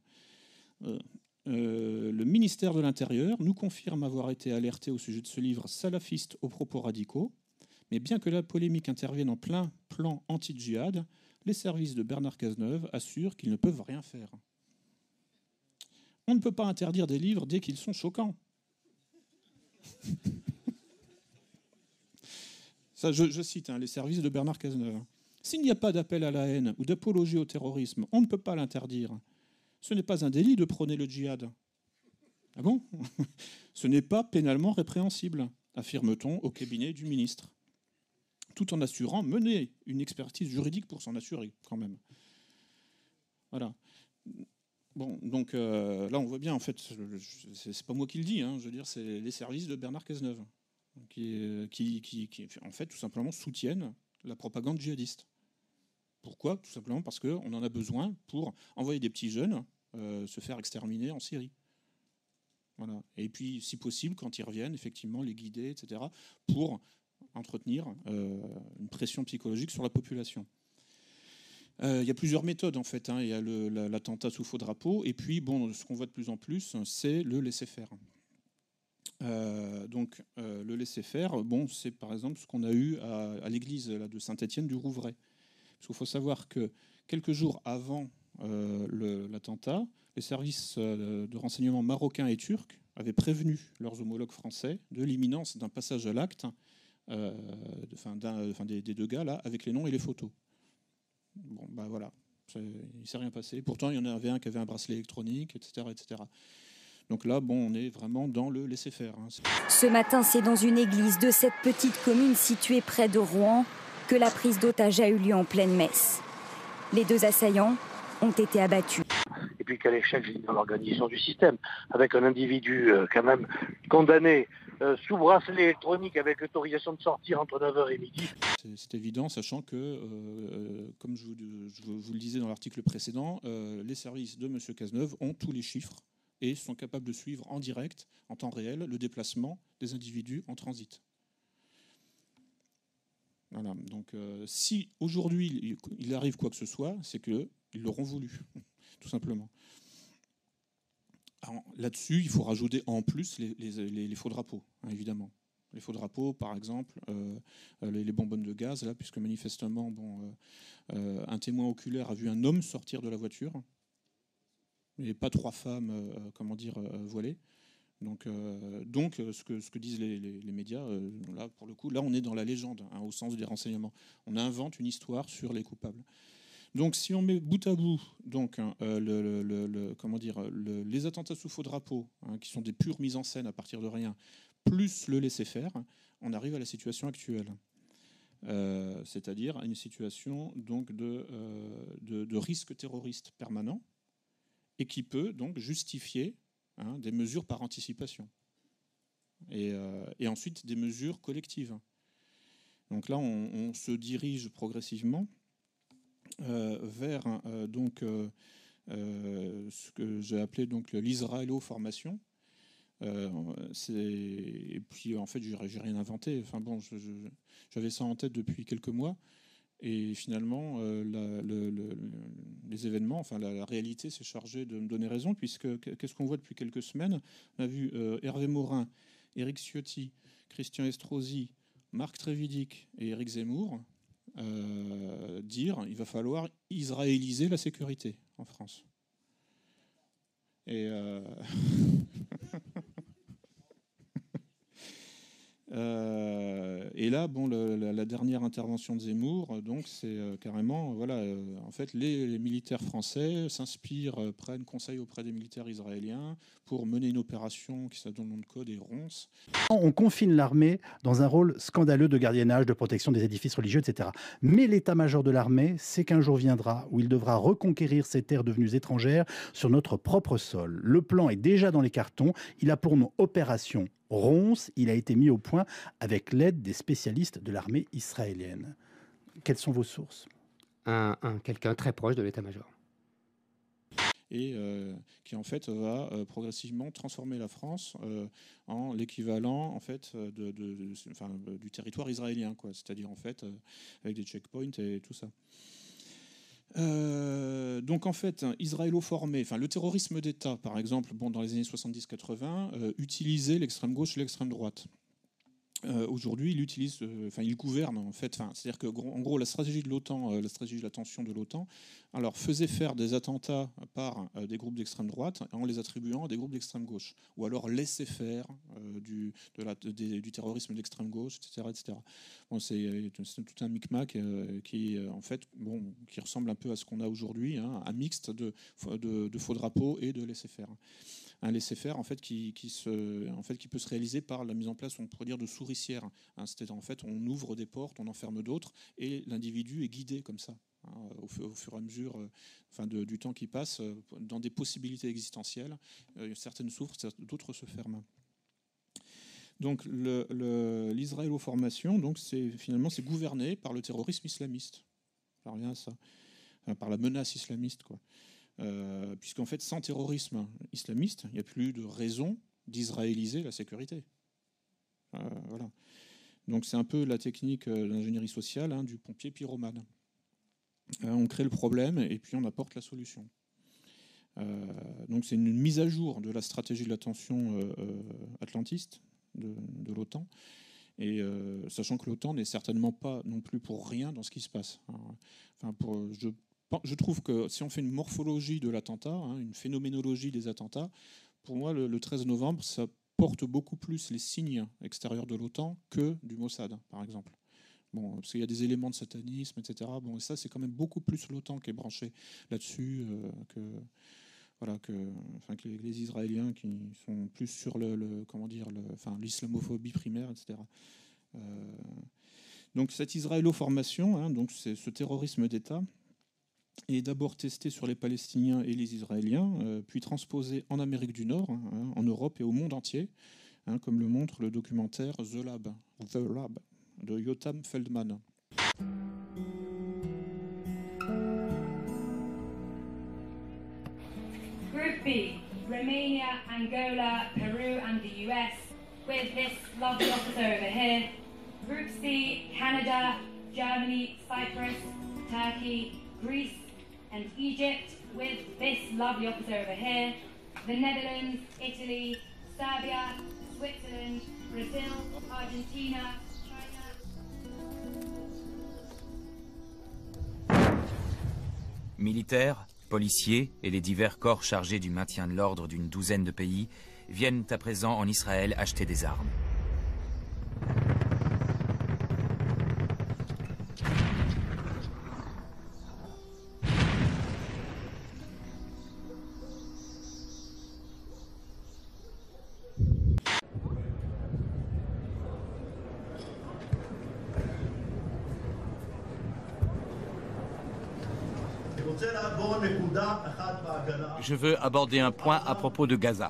Speaker 1: Le ministère de l'Intérieur nous confirme avoir été alerté au sujet de ce livre salafiste aux propos radicaux. Mais bien que la polémique intervienne en plein plan anti-djihad, les services de Bernard Cazeneuve assurent qu'ils ne peuvent rien faire. On ne peut pas interdire des livres dès qu'ils sont choquants. Ça, je cite les services de Bernard Cazeneuve. S'il n'y a pas d'appel à la haine ou d'apologie au terrorisme, on ne peut pas l'interdire. Ce n'est pas un délit de prôner le djihad. Ah bon? Ce n'est pas pénalement répréhensible, affirme-t-on au cabinet du ministre, tout en assurant mener une expertise juridique pour s'en assurer, quand même. Voilà. Bon, donc là, on voit bien, en fait, c'est pas moi qui le dis, je veux dire, c'est les services de Bernard Cazeneuve qui, en fait, tout simplement soutiennent la propagande djihadiste. Pourquoi? Tout simplement parce qu'on en a besoin pour envoyer des petits jeunes se faire exterminer en Syrie. Voilà. Et puis, si possible, quand ils reviennent, effectivement, les guider, etc., pour entretenir une pression psychologique sur la population. Il y a plusieurs méthodes, en fait. Il y a l'attentat sous faux drapeau, et puis, bon, ce qu'on voit de plus en plus, c'est le laisser-faire. Le laisser-faire, bon, c'est par exemple ce qu'on a eu à l'église de Saint-Étienne du Rouvray. Parce qu'il faut savoir que quelques jours avant l'attentat, les services de renseignement marocains et turcs avaient prévenu leurs homologues français de l'imminence d'un passage à l'acte des deux gars là, avec les noms et les photos. Bon, bah voilà, il ne s'est rien passé. Pourtant, il y en avait un qui avait un bracelet électronique, etc., etc. Donc là, bon, on est vraiment dans le laisser-faire.
Speaker 2: Ce matin, c'est dans une église de cette petite commune située près de Rouen que la prise d'otage a eu lieu en pleine messe. Les deux assaillants ont été abattus.
Speaker 3: Et puis quel échec dans l'organisation du système, avec un individu quand même condamné sous bracelet électronique avec autorisation de sortir entre 9h et midi.
Speaker 1: C'est évident, sachant que, comme je vous le disais dans l'article précédent, les services de M. Cazeneuve ont tous les chiffres et sont capables de suivre en direct, en temps réel, le déplacement des individus en transit. Voilà. Donc, si aujourd'hui il arrive quoi que ce soit, c'est qu'ils l'auront voulu, tout simplement. Là-dessus, il faut rajouter en plus les faux drapeaux, évidemment. Les faux drapeaux, par exemple, les bonbonnes de gaz, là, puisque manifestement, un témoin oculaire a vu un homme sortir de la voiture, et pas 3 femmes, voilées. Donc ce que disent les médias, là, pour le coup, là, on est dans la légende, au sens des renseignements. On invente une histoire sur les coupables. Donc, si on met bout à bout les attentats sous faux drapeau, qui sont des pures mises en scène à partir de rien, plus le laisser-faire, on arrive à la situation actuelle. C'est-à-dire à une situation donc, de risque terroriste permanent et qui peut donc justifier des mesures par anticipation et ensuite des mesures collectives. Donc là, on se dirige progressivement vers ce que j'ai appelé donc l'israélo-formation. Et puis en fait, j'ai rien inventé. Enfin bon, j'avais ça en tête depuis quelques mois. Et finalement, les événements, enfin la réalité s'est chargée de me donner raison, puisque qu'est-ce qu'on voit depuis quelques semaines? On a vu Hervé Morin, Éric Ciotti, Christian Estrosi, Marc Trévidic et Éric Zemmour dire qu'il va falloir israéliser la sécurité en France. Et et là, bon, la dernière intervention de Zemmour, donc c'est carrément, voilà, en fait, les militaires français s'inspirent, prennent conseil auprès des militaires israéliens pour mener une opération qui s'appelle dans le nom de code et RONCE.
Speaker 4: On confine l'armée dans un rôle scandaleux de gardiennage, de protection des édifices religieux, etc. Mais l'état-major de l'armée sait qu'un jour viendra où il devra reconquérir ces terres devenues étrangères sur notre propre sol. Le plan est déjà dans les cartons. Il a pour nom Opération Ronce. Il a été mis au point avec l'aide des spécialistes de l'armée israélienne. Quelles sont vos sources?
Speaker 5: Quelqu'un très proche de l'état-major.
Speaker 1: Et qui en fait va progressivement transformer la France en l'équivalent en fait du territoire israélien, quoi. C'est-à-dire en fait avec des checkpoints et tout ça. Donc en fait, israélo-formé, enfin le terrorisme d'État, par exemple, bon, dans les années 70-80, utilisait l'extrême gauche et l'extrême droite. Aujourd'hui, il utilise, il gouverne en fait. C'est-à-dire que, en gros, la stratégie de l'OTAN, la stratégie de la tension de l'OTAN, alors faisait faire des attentats par des groupes d'extrême droite en les attribuant à des groupes d'extrême gauche, ou alors laisser faire du terrorisme d'extrême gauche, etc., etc. Bon, c'est tout un micmac qui en fait, bon, qui ressemble un peu à ce qu'on a aujourd'hui, hein, un mixte de faux drapeaux et de laisser faire. Un laisser-faire en fait qui peut se réaliser par la mise en place, on pourrait dire, de souricières. Hein, c'est-à-dire en fait, on ouvre des portes, on enferme d'autres, et l'individu est guidé comme ça, hein, au fur et à mesure du temps qui passe, dans des possibilités existentielles. Certaines s'ouvrent, d'autres se ferment. Donc l'israélo-formation, donc c'est gouverné par le terrorisme islamiste. Ça revient à ça, par la menace islamiste, quoi. Puisqu'en fait, sans terrorisme islamiste, il n'y a plus de raison d'israéliser la sécurité. Voilà. Donc c'est un peu la technique d'ingénierie sociale, hein, du pompier pyromane. On crée le problème et puis on apporte la solution. Donc c'est une mise à jour de la stratégie de la tension atlantiste de l'OTAN. Et sachant que l'OTAN n'est certainement pas non plus pour rien dans ce qui se passe. Je trouve que si on fait une morphologie de l'attentat, hein, une phénoménologie des attentats, pour moi, le 13 novembre, ça porte beaucoup plus les signes extérieurs de l'OTAN que du Mossad, par exemple. Bon, parce qu'il y a des éléments de satanisme, etc. Bon, et ça, c'est quand même beaucoup plus l'OTAN qui est branché là-dessus que les Israéliens qui sont plus sur l'islamophobie primaire, etc. Donc cette israélo-formation, hein, donc c'est ce terrorisme d'État, est d'abord testé sur les Palestiniens et les Israéliens, puis transposé en Amérique du Nord, hein, en Europe et au monde entier, hein, comme le montre le documentaire The Lab de Yotam Feldman.
Speaker 6: Group B, Romania, Angola, Peru and the US, with this lovely officer over here. Group C, Canada, Germany, Cyprus, Turkey, Greece and Egypt, with this lovely officer over here. The Netherlands, Italy, Serbia, Switzerland, Brazil, Argentina, China.
Speaker 7: Militaires, policiers et les divers corps chargés du maintien de l'ordre d'une douzaine de pays viennent à présent en Israël acheter des armes.
Speaker 8: Je veux aborder un point à propos de Gaza,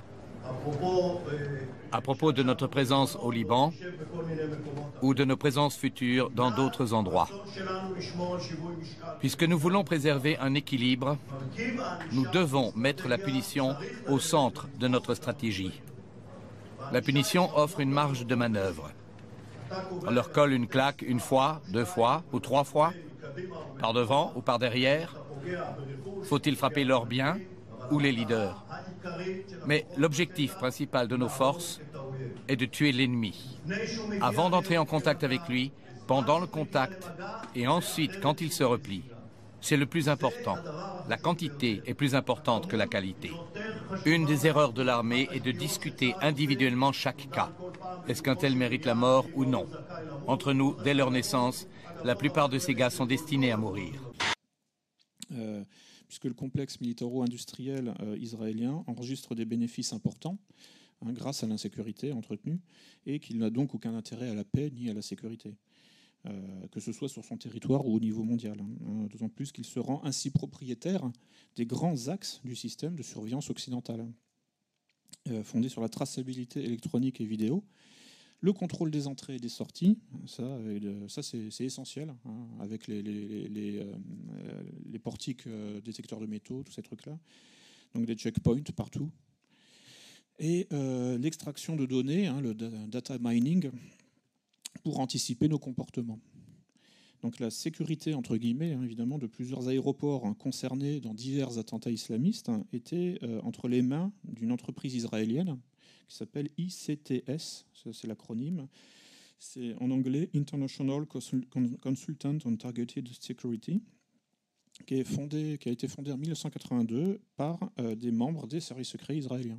Speaker 8: à propos de notre présence au Liban ou de nos présences futures dans d'autres endroits. Puisque nous voulons préserver un équilibre, nous devons mettre la punition au centre de notre stratégie. La punition offre une marge de manœuvre. On leur colle une claque une fois, deux fois ou trois fois, par devant ou par derrière. Faut-il frapper leurs biens ou les leaders? Mais l'objectif principal de nos forces est de tuer l'ennemi, avant d'entrer en contact avec lui, pendant le contact et ensuite quand il se replie. C'est le plus important. La quantité est plus importante que la qualité. Une des erreurs de l'armée est de discuter individuellement chaque cas. Est-ce qu'un tel mérite la mort ou non? Entre nous, dès leur naissance, la plupart de ces gars sont destinés à mourir.
Speaker 1: Puisque le complexe militaro-industriel israélien enregistre des bénéfices importants, hein, grâce à l'insécurité entretenue, et qu'il n'a donc aucun intérêt à la paix ni à la sécurité, que ce soit sur son territoire ou au niveau mondial. Hein, d'autant plus qu'il se rend ainsi propriétaire des grands axes du système de surveillance occidentale, fondé sur la traçabilité électronique et vidéo, Le contrôle des entrées et des sorties, ça c'est essentiel, hein, avec les portiques détecteurs de métaux, tous ces trucs-là. Donc des checkpoints partout. Et l'extraction de données, hein, le data mining, pour anticiper nos comportements. Donc la sécurité, entre guillemets, hein, évidemment, de plusieurs aéroports, hein, concernés dans divers attentats islamistes, hein, était entre les mains d'une entreprise israélienne qui s'appelle ICTS, c'est l'acronyme. C'est en anglais International Consultant on Targeted Security, qui a été fondée en 1982 par des membres des services secrets israéliens.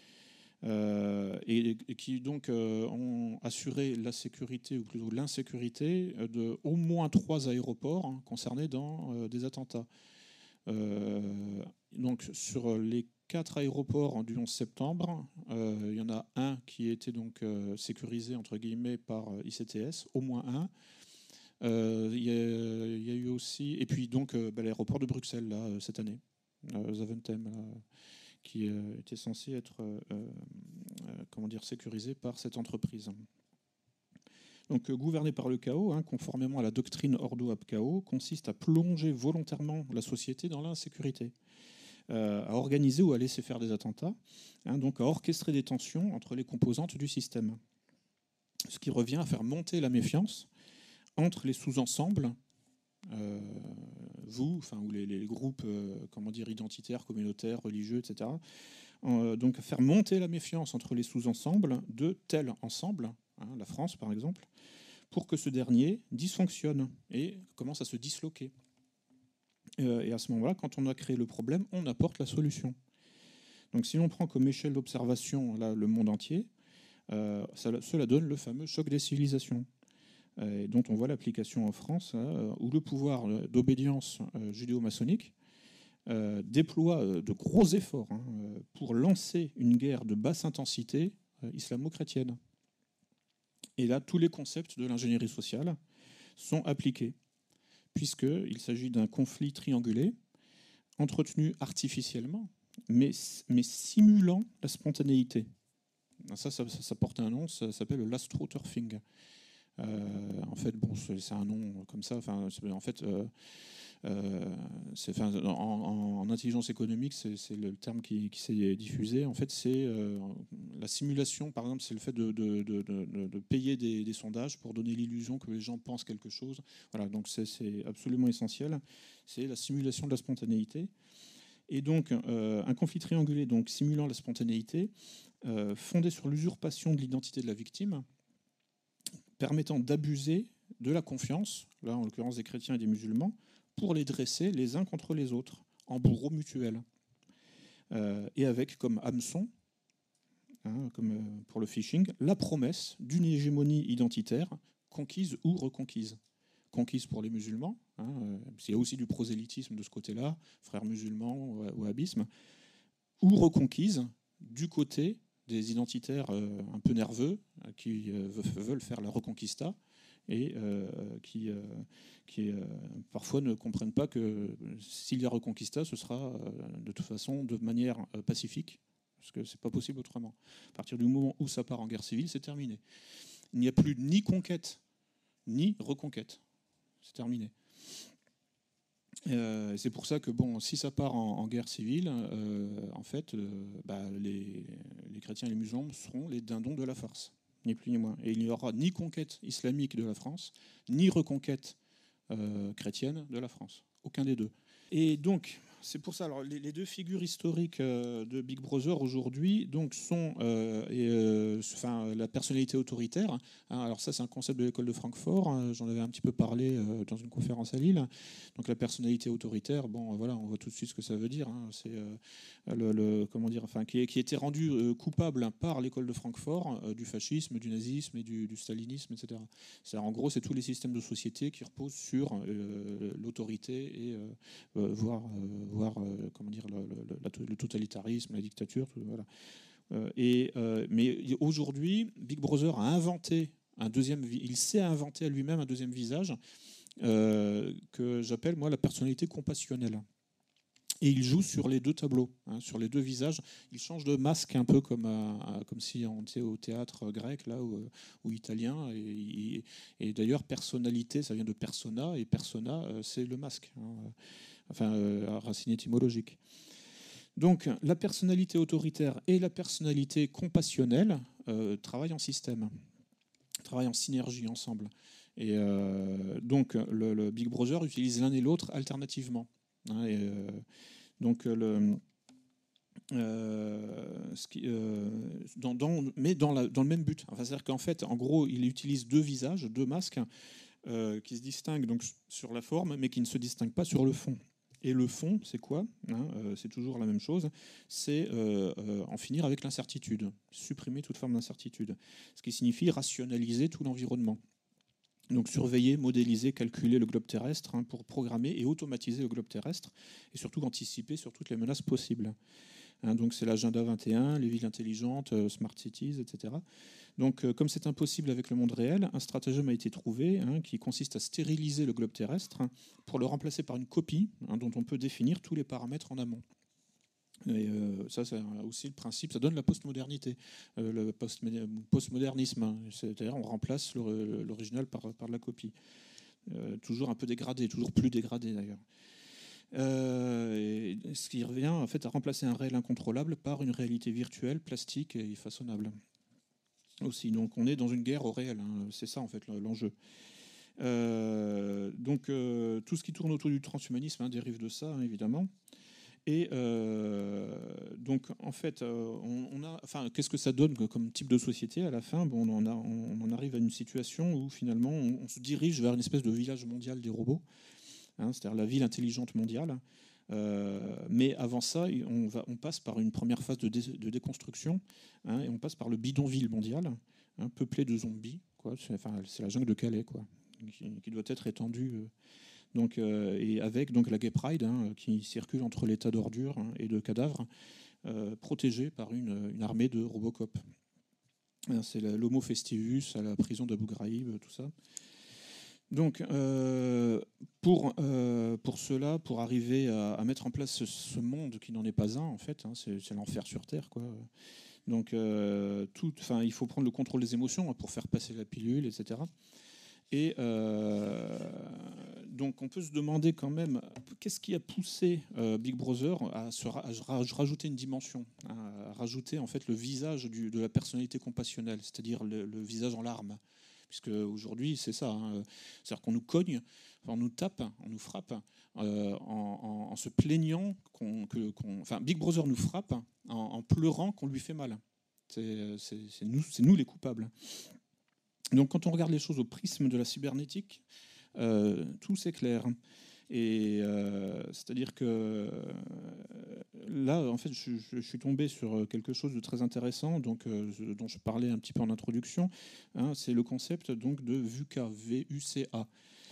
Speaker 1: Et qui donc ont assuré la sécurité, ou plutôt l'insécurité, de au moins 3 aéroports, hein, concernés dans des attentats. Donc sur les 4 aéroports du 11 septembre, il y en a un qui était donc sécurisé entre guillemets par ICTS, au moins un. Il y a eu aussi, et puis donc l'aéroport de Bruxelles là, cette année, Zaventem, qui était censé être sécurisé par cette entreprise. Donc gouverner par le chaos, hein, conformément à la doctrine Ordo ab Chaos, consiste à plonger volontairement la société dans l'insécurité, à organiser ou à laisser faire des attentats, hein, donc à orchestrer des tensions entre les composantes du système. Ce qui revient à faire monter la méfiance entre les sous-ensembles, ou les groupes identitaires, communautaires, religieux, etc. Donc faire monter la méfiance entre les sous-ensembles de tel ensemble, hein, la France par exemple, pour que ce dernier dysfonctionne et commence à se disloquer. Et à ce moment-là, quand on a créé le problème, on apporte la solution. Donc si l'on prend comme échelle d'observation là, le monde entier, cela donne le fameux choc des civilisations, dont on voit l'application en France, où le pouvoir d'obédience judéo-maçonnique déploie de gros efforts, hein, pour lancer une guerre de basse intensité islamo-chrétienne. Et là, tous les concepts de l'ingénierie sociale sont appliqués, puisqu'il s'agit d'un conflit triangulé, entretenu artificiellement, mais simulant la spontanéité. Ça porte un nom, ça s'appelle le l'astroturfing. En fait, bon, c'est un nom comme ça. En intelligence économique, c'est le terme qui s'est diffusé. En fait, c'est la simulation. Par exemple, c'est le fait de payer des sondages pour donner l'illusion que les gens pensent quelque chose. Voilà, donc c'est absolument essentiel. C'est la simulation de la spontanéité. Et donc, un conflit triangulé, donc simulant la spontanéité, fondé sur l'usurpation de l'identité de la victime, permettant d'abuser de la confiance, là en l'occurrence des chrétiens et des musulmans, pour les dresser les uns contre les autres, en bourreaux mutuels. Et avec comme hameçon, hein, comme pour le phishing, la promesse d'une hégémonie identitaire conquise ou reconquise. Conquise pour les musulmans, hein, il y a aussi du prosélytisme de ce côté-là, frères musulmans, wahhabisme, ou reconquise du côté des identitaires un peu nerveux qui veulent faire la reconquista et qui parfois ne comprennent pas que s'il y a reconquista, ce sera de toute façon de manière pacifique, parce que c'est pas possible autrement. À partir du moment où ça part en guerre civile, c'est terminé. Il n'y a plus ni conquête ni reconquête. C'est terminé. C'est pour ça que bon, si ça part en guerre civile, en fait, les chrétiens et les musulmans seront les dindons de la farce, ni plus ni moins. Et il n'y aura ni conquête islamique de la France, ni reconquête chrétienne de la France. Aucun des deux. Et donc, c'est pour ça. Alors, les deux figures historiques de Big Brother aujourd'hui donc sont la personnalité autoritaire. Hein, alors ça, c'est un concept de l'école de Francfort. Hein, j'en avais un petit peu parlé dans une conférence à Lille. Donc la personnalité autoritaire, bon, voilà, on voit tout de suite ce que ça veut dire. Hein, c'est qui était rendu coupable par l'école de Francfort du fascisme, du nazisme et du stalinisme, etc. En gros, c'est tous les systèmes de société qui reposent sur l'autorité et voire le totalitarisme, la dictature, tout, voilà. Mais aujourd'hui, Big Brother a inventé il s'est inventé à lui-même un deuxième visage que j'appelle moi la personnalité compassionnelle. Et il joue sur les deux tableaux, sur les deux visages. Il change de masque un peu comme si on était au théâtre grec là, ou italien. Et d'ailleurs, personnalité, ça vient de persona, et persona, c'est le masque, racine étymologique. Donc, la personnalité autoritaire et la personnalité compassionnelle travaillent en système, travaillent en synergie ensemble. Et donc, le Big Brother utilise l'un et l'autre alternativement. Donc mais dans le même but. C'est-à-dire qu'en fait, en gros, il utilise deux visages, deux masques qui se distinguent donc sur la forme, mais qui ne se distinguent pas sur le fond. Et le fond, c'est quoi ? C'est toujours la même chose. C'est en finir avec l'incertitude, supprimer toute forme d'incertitude. Ce qui signifie rationaliser tout l'environnement. Donc surveiller, modéliser, calculer le globe terrestre pour programmer et automatiser le globe terrestre et surtout anticiper sur toutes les menaces possibles. Donc c'est l'agenda 21, les villes intelligentes, smart cities, etc. Donc comme c'est impossible avec le monde réel, un stratagème a été trouvé qui consiste à stériliser le globe terrestre pour le remplacer par une copie dont on peut définir tous les paramètres en amont. Et ça, c'est aussi le principe, ça donne la postmodernité, le postmodernisme. C'est-à-dire on remplace l'original par de la copie. Toujours un peu dégradé, toujours plus dégradé d'ailleurs. Ce qui revient en fait à remplacer un réel incontrôlable par une réalité virtuelle, plastique et façonnable. Aussi, donc on est dans une guerre au réel, c'est ça en fait l'enjeu. Donc tout ce qui tourne autour du transhumanisme dérive de ça, évidemment. Et donc, en fait, qu'est-ce que ça donne comme type de société à la fin ? On en arrive à une situation où finalement on se dirige vers une espèce de village mondial des robots, c'est-à-dire la ville intelligente mondiale. Mais avant ça, on passe par une première phase de déconstruction, et on passe par le bidonville mondial, peuplé de zombies, quoi. C'est la jungle de Calais, quoi, qui doit être étendue. Donc, et avec donc, la Gay Pride qui circule entre les tas d'ordures et de cadavres, protégés par une armée de Robocop. C'est l'Homo Festivus à la prison d'Abu Ghraib, tout ça. Donc, pour cela, pour arriver à mettre en place ce monde qui n'en est pas un, en fait, c'est l'enfer sur Terre, quoi. Donc, il faut prendre le contrôle des émotions pour faire passer la pilule, etc. Et donc on peut se demander quand même qu'est-ce qui a poussé Big Brother à rajouter une dimension, à rajouter en fait le visage de la personnalité compassionnelle, c'est-à-dire le visage en larmes, puisque aujourd'hui c'est ça, c'est-à-dire qu'on nous cogne, on nous tape, on nous frappe en se plaignant Big Brother nous frappe en pleurant qu'on lui fait mal. C'est nous les coupables. Donc quand on regarde les choses au prisme de la cybernétique, tout s'éclaire. Et c'est-à-dire que là, en fait, je suis tombé sur quelque chose de très intéressant, dont je parlais un petit peu en introduction. C'est le concept donc de VUCA, V-U-C-A.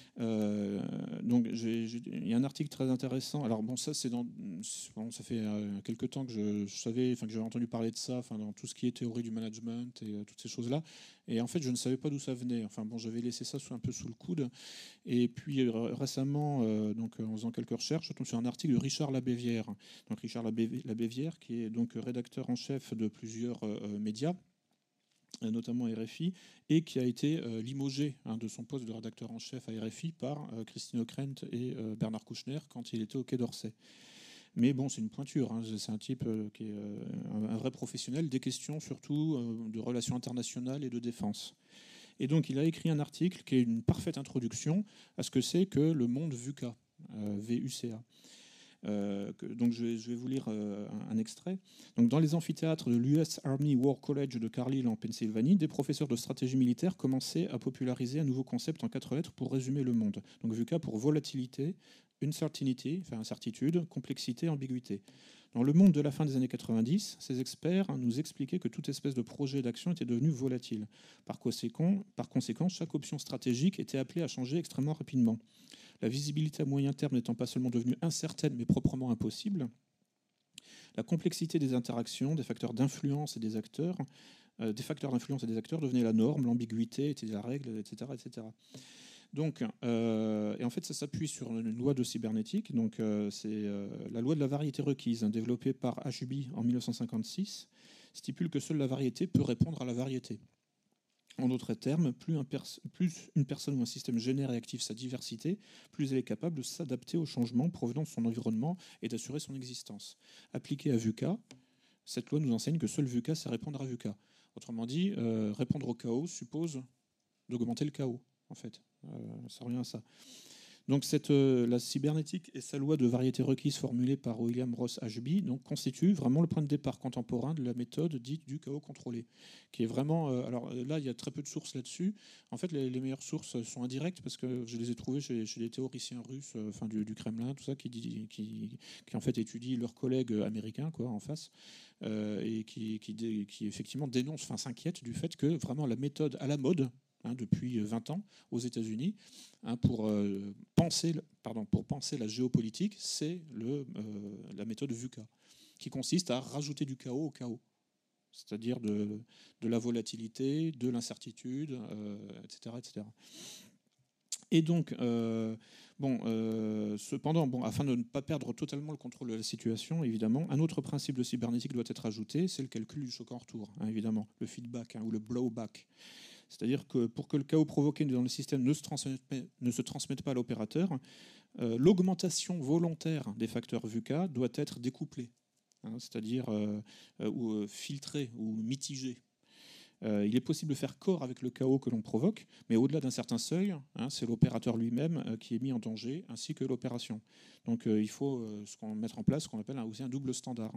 Speaker 1: Donc il y a un article très intéressant. Alors bon, ça c'est ça fait quelques temps que je savais, que j'avais entendu parler de ça, dans tout ce qui est théorie du management et toutes ces choses-là. Et en fait, je ne savais pas d'où ça venait. J'avais laissé ça un peu sous le coude. Et puis récemment, donc en faisant quelques recherches, je tombe sur un article de Richard Labévière. Donc Richard Labévière, qui est donc rédacteur en chef de plusieurs médias, notamment RFI, et qui a été limogé de son poste de rédacteur en chef à RFI par Christine Ockrent et Bernard Kouchner quand il était au Quai d'Orsay. Mais bon, c'est une pointure, c'est un type qui est un vrai professionnel des questions surtout de relations internationales et de défense. Et donc il a écrit un article qui est une parfaite introduction à ce que c'est que le monde VUCA, V-U-C-A. Donc je vais vous lire un extrait. Donc, dans les amphithéâtres de l'US Army War College de Carlisle en Pennsylvanie, des professeurs de stratégie militaire commençaient à populariser un nouveau concept en 4 lettres pour résumer le monde. Donc VUCA pour volatilité, uncertainty, incertitude, complexité, ambiguïté. Dans le monde de la fin des années 90, ces experts nous expliquaient que toute espèce de projet d'action était devenue volatile. Par conséquent, chaque option stratégique était appelée à changer extrêmement rapidement. La visibilité à moyen terme n'étant pas seulement devenue incertaine, mais proprement impossible, la complexité des interactions, des facteurs d'influence et des acteurs devenait la norme, l'ambiguïté était la règle, etc., etc. Donc, et en fait, ça s'appuie sur une loi de cybernétique. Donc, c'est la loi de la variété requise, développée par Ashby en 1956, stipule que seule la variété peut répondre à la variété. En d'autres termes, plus une personne ou un système génère et active sa diversité, plus elle est capable de s'adapter aux changements provenant de son environnement et d'assurer son existence. Appliquée à VUCA, cette loi nous enseigne que seul VUCA sait répondre à VUCA. Autrement dit, répondre au chaos suppose d'augmenter le chaos, en fait. Ça revient à ça. Donc la cybernétique et sa loi de variété requise formulée par William Ross Ashby constituent vraiment le point de départ contemporain de la méthode dite du chaos contrôlé, qui est vraiment... alors là, il y a très peu de sources là-dessus. En fait, les meilleures sources sont indirectes parce que je les ai trouvées chez des théoriciens russes, du Kremlin, tout ça, qui en fait étudient leurs collègues américains en face, et qui effectivement dénoncent, s'inquiètent du fait que vraiment la méthode à la mode, depuis 20 ans aux États-Unis, pour penser la géopolitique, c'est la méthode VUCA, qui consiste à rajouter du chaos au chaos, c'est-à-dire de la volatilité, de l'incertitude, etc., etc. Et donc, cependant, afin de ne pas perdre totalement le contrôle de la situation, évidemment, un autre principe de cybernétique doit être ajouté, c'est le calcul du choc en retour, évidemment, le feedback ou le blowback. C'est-à-dire que pour que le chaos provoqué dans le système ne se transmette pas à l'opérateur, l'augmentation volontaire des facteurs VUCA doit être découplée, c'est-à-dire ou filtrée ou mitigée. Il est possible de faire corps avec le chaos que l'on provoque, mais au-delà d'un certain seuil, c'est l'opérateur lui-même qui est mis en danger, ainsi que l'opération. Donc il faut mettre en place ce qu'on appelle aussi un double standard.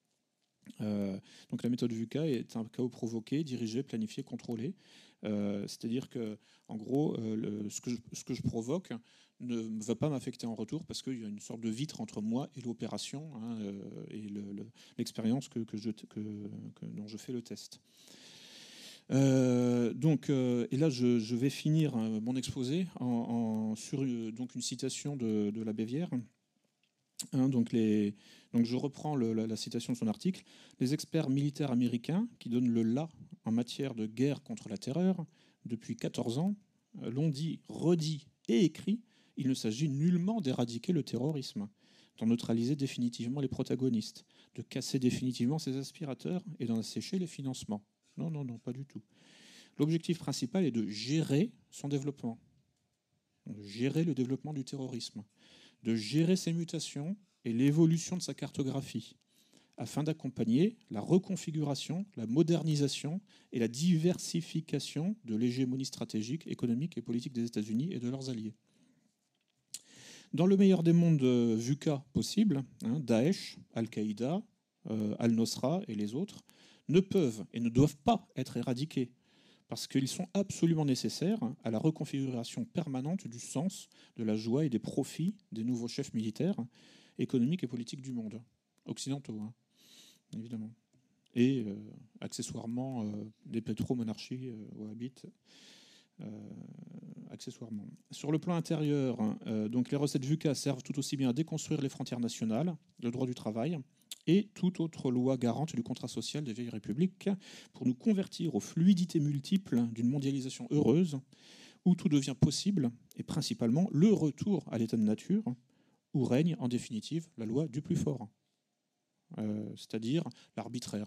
Speaker 1: Donc la méthode VUCA est un chaos provoqué, dirigé, planifié, contrôlé. C'est-à-dire que, en gros, ce que je provoque ne va pas m'affecter en retour parce qu'il y a une sorte de vitre entre moi et l'opération et l'expérience dont je fais le test. Et là, je vais finir mon exposé sur une citation de la Bévière. Donc je reprends la citation de son article. Les experts militaires américains qui donnent le là en matière de guerre contre la terreur depuis 14 ans l'ont dit, redit et écrit. Il ne s'agit nullement d'éradiquer le terrorisme, d'en neutraliser définitivement les protagonistes, de casser définitivement ses aspirateurs et d'en assécher les financements. Non, pas du tout. L'objectif principal est de gérer son développement, de gérer le développement du terrorisme, de gérer ses mutations et l'évolution de sa cartographie, afin d'accompagner la reconfiguration, la modernisation et la diversification de l'hégémonie stratégique, économique et politique des États-Unis et de leurs alliés. Dans le meilleur des mondes VUCA possibles, Daesh, Al-Qaïda, Al-Nosra et les autres ne peuvent et ne doivent pas être éradiqués, parce qu'ils sont absolument nécessaires à la reconfiguration permanente du sens, de la joie et des profits des nouveaux chefs militaires, économiques et politiques du monde, occidentaux, évidemment. Et accessoirement des pétro-monarchies wahhabites, accessoirement. Sur le plan intérieur, donc les recettes VUCA servent tout aussi bien à déconstruire les frontières nationales, le droit du travail, et toute autre loi garante du contrat social des vieilles républiques pour nous convertir aux fluidités multiples d'une mondialisation heureuse où tout devient possible et principalement le retour à l'état de nature où règne en définitive la loi du plus fort, c'est-à-dire l'arbitraire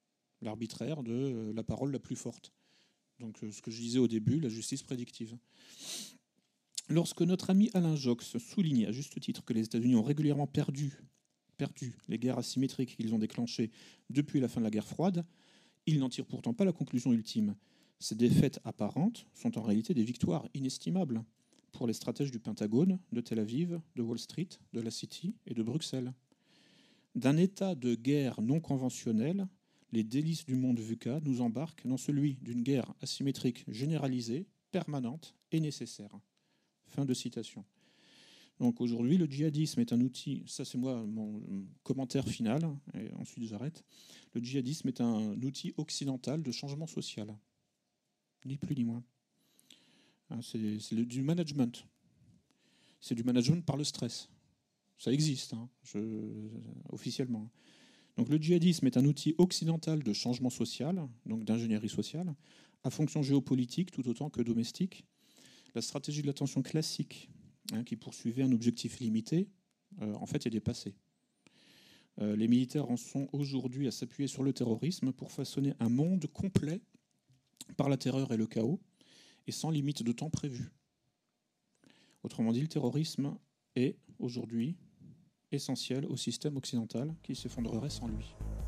Speaker 1: de la parole la plus forte. Donc ce que je disais au début, la justice prédictive. Lorsque notre ami Alain Jox souligne à juste titre que les États-Unis ont régulièrement perdu les guerres asymétriques qu'ils ont déclenchées depuis la fin de la guerre froide, il n'en tire pourtant pas la conclusion ultime. Ces défaites apparentes sont en réalité des victoires inestimables pour les stratèges du Pentagone, de Tel Aviv, de Wall Street, de la City et de Bruxelles. D'un état de guerre non conventionnel, les délices du monde VUCA nous embarquent dans celui d'une guerre asymétrique généralisée, permanente et nécessaire. Fin de citation. Donc aujourd'hui, le djihadisme est un outil, ça c'est moi mon commentaire final, et ensuite j'arrête. Le djihadisme est un outil occidental de changement social, ni plus ni moins. C'est du management. C'est du management par le stress. Ça existe, officiellement. Donc le djihadisme est un outil occidental de changement social, donc d'ingénierie sociale, à fonction géopolitique tout autant que domestique. La stratégie de l'attention classique, qui poursuivait un objectif limité, en fait est dépassée. Les militaires en sont aujourd'hui à s'appuyer sur le terrorisme pour façonner un monde complet par la terreur et le chaos, et sans limite de temps prévu. Autrement dit, le terrorisme est aujourd'hui essentiel au système occidental qui s'effondrerait sans lui.